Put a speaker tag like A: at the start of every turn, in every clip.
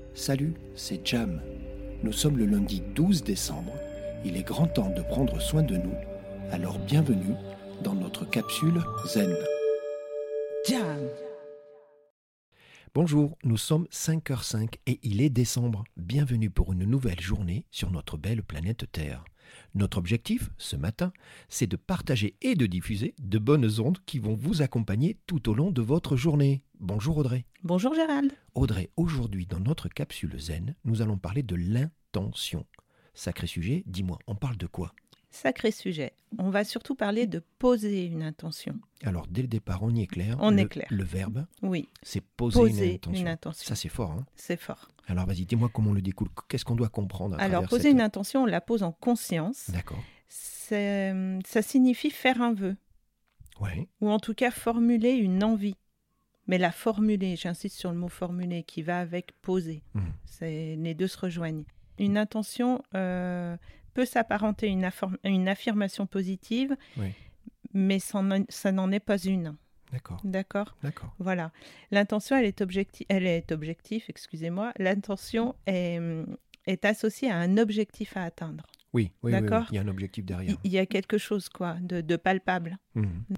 A: Salut, c'est Jam. Nous sommes le lundi 12 décembre. Il est grand temps de prendre soin de nous. Alors bienvenue dans notre capsule Zen.
B: Jam.
A: Bonjour, nous sommes 5h05 et il est décembre. Bienvenue pour une nouvelle journée sur notre belle planète Terre. Notre objectif, ce matin, c'est de partager et de diffuser de bonnes ondes qui vont vous accompagner tout au long de votre journée. Bonjour Audrey.
B: Bonjour Gérald.
A: Audrey, aujourd'hui dans notre capsule Zen, nous allons parler de l'intention. Sacré sujet, dis-moi, on parle de quoi ?
B: Sacré sujet. On va surtout parler de poser une intention.
A: Alors dès le départ, on y est clair.
B: On est clair.
A: Le verbe,
B: Oui,
A: c'est poser
B: une intention.
A: Ça c'est fort, hein ?
B: C'est fort.
A: Alors vas-y, dis-moi comment on le découle. Qu'est-ce qu'on doit comprendre à
B: Alors
A: travers
B: poser une intention, on la pose en conscience.
A: D'accord.
B: Ça signifie faire un vœu.
A: Ouais.
B: Ou en tout cas formuler une envie. Mais la formuler, j'insiste sur le mot formuler, qui va avec poser. Les deux se rejoignent. Une intention peut s'apparenter à une affirmation positive,
A: Oui.
B: mais ça n'en est pas une.
A: D'accord.
B: D'accord ?
A: D'accord.
B: Voilà. L'intention, elle est objective, excusez-moi. L'intention est associée à un objectif à atteindre.
A: Oui.
B: D'accord ?
A: Il y a un objectif derrière.
B: Il y a quelque chose, quoi, de palpable. D'accord ?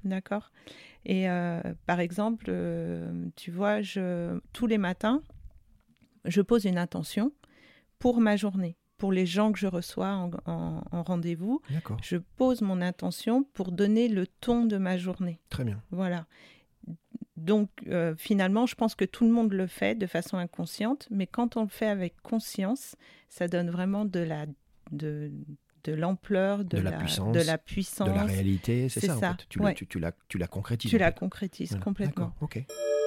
B: Et par exemple, tu vois, tous les matins, je pose une intention pour ma journée. Pour les gens que je reçois en rendez-vous,
A: D'accord.
B: je pose mon intention pour donner le ton de ma journée.
A: Très bien.
B: Voilà. Donc, finalement, je pense que tout le monde le fait de façon inconsciente, mais quand on le fait avec conscience, ça donne vraiment de l'ampleur, de la puissance,
A: de la réalité, c'est ça. En fait. Tu la concrétises.
B: Tu la concrétises
A: voilà.
B: Complètement.
A: D'accord, ok.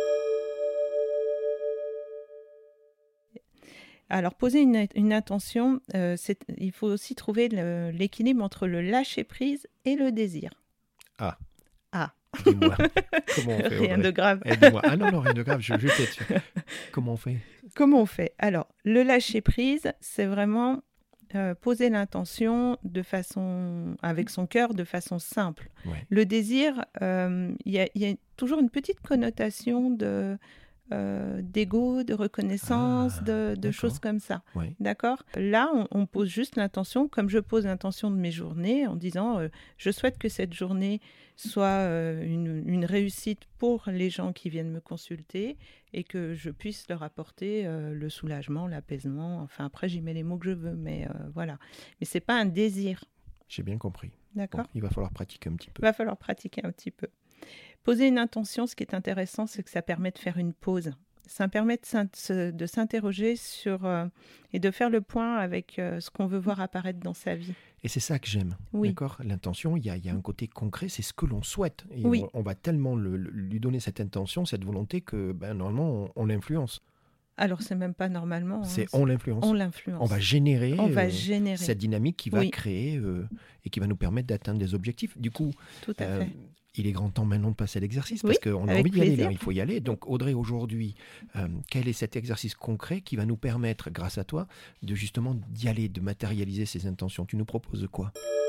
B: Alors, poser une intention, il faut aussi trouver l'équilibre entre le lâcher-prise et le désir.
A: Ah.
B: Ah.
A: Dis-moi, comment on fait,
B: Rien de grave.
A: Dis-moi. Ah non, rien de grave, je t'ai dessus. Comment on fait ?
B: Comment on fait ? Alors, le lâcher-prise, c'est vraiment poser l'intention avec son cœur de façon simple.
A: Ouais.
B: Le désir, il y a toujours une petite connotation d'ego, de reconnaissance, de choses comme ça.
A: Ouais.
B: D'accord ? Là, on pose juste l'intention, comme je pose l'intention de mes journées, en disant je souhaite que cette journée soit une réussite pour les gens qui viennent me consulter et que je puisse leur apporter le soulagement, l'apaisement. Enfin, après, j'y mets les mots que je veux, mais voilà. Mais c'est pas un désir.
A: J'ai bien compris.
B: D'accord ?
A: Bon, il va falloir pratiquer un petit peu.
B: Il va falloir pratiquer un petit peu. Poser une intention, ce qui est intéressant, c'est que ça permet de faire une pause. Ça permet de s'interroger et de faire le point avec ce qu'on veut voir apparaître dans sa vie.
A: Et c'est ça que j'aime.
B: Oui.
A: D'accord ? L'intention, il y a un côté concret, c'est ce que l'on souhaite. Et
B: oui.
A: on va tellement lui donner cette intention, cette volonté que normalement, on l'influence.
B: Alors, c'est même pas normalement.
A: On l'influence.
B: On l'influence.
A: On va générer,
B: cette
A: dynamique qui va créer et qui va nous permettre d'atteindre des objectifs. Du coup,
B: tout à fait.
A: Il est grand temps maintenant de passer à l'exercice parce qu'on a envie d'y aller là, il faut y aller. Donc Audrey, aujourd'hui, quel est cet exercice concret qui va nous permettre, grâce à toi, de justement d'y aller, de matérialiser ces intentions ? Tu nous proposes quoi ?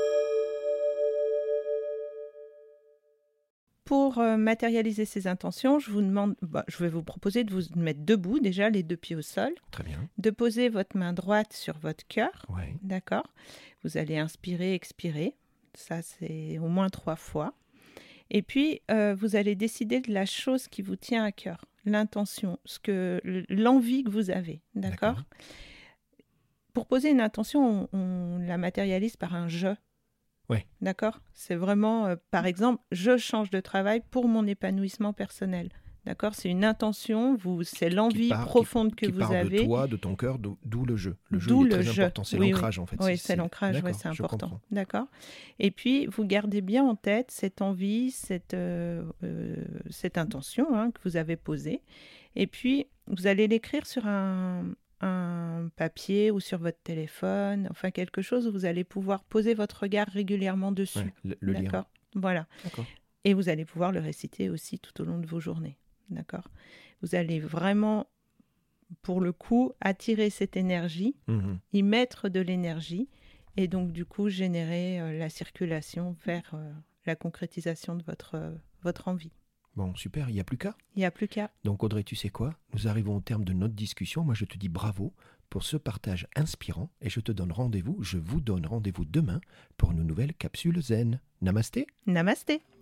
B: Pour matérialiser ces intentions, je vais vous proposer de vous mettre debout, déjà les deux pieds au sol.
A: Très bien.
B: De poser votre main droite sur votre cœur.
A: Ouais.
B: D'accord ? Vous allez inspirer, expirer. Ça, c'est au moins 3 fois. Et puis, vous allez décider de la chose qui vous tient à cœur, l'intention, l'envie que vous avez. D'accord ? Pour poser une intention, on la matérialise par un « je ».
A: Oui.
B: D'accord ? C'est vraiment, par exemple, je change de travail pour mon épanouissement personnel. D'accord ? C'est une intention, c'est l'envie profonde que vous avez.
A: Qui part de toi, de ton cœur, d'où le jeu. Le jeu est très important, c'est l'ancrage en fait.
B: Oui, c'est l'ancrage, c'est important. D'accord ? Et puis, vous gardez bien en tête cette envie, cette intention que vous avez posée. Et puis, vous allez l'écrire sur un papier ou sur votre téléphone, enfin quelque chose où vous allez pouvoir poser votre regard régulièrement dessus.
A: Ouais, le lire.
B: Voilà.
A: D'accord.
B: Et vous allez pouvoir le réciter aussi tout au long de vos journées. D'accord ? Vous allez vraiment, pour le coup, attirer cette énergie, y mettre de l'énergie, et donc du coup générer la circulation vers la concrétisation de votre envie.
A: Bon, super, il n'y a plus qu'à.
B: Il n'y a plus qu'à.
A: Donc Audrey, tu sais quoi? Nous arrivons au terme de notre discussion. Moi, je te dis bravo pour ce partage inspirant et je vous donne rendez-vous demain pour une nouvelle capsule zen. Namasté.
B: Namasté.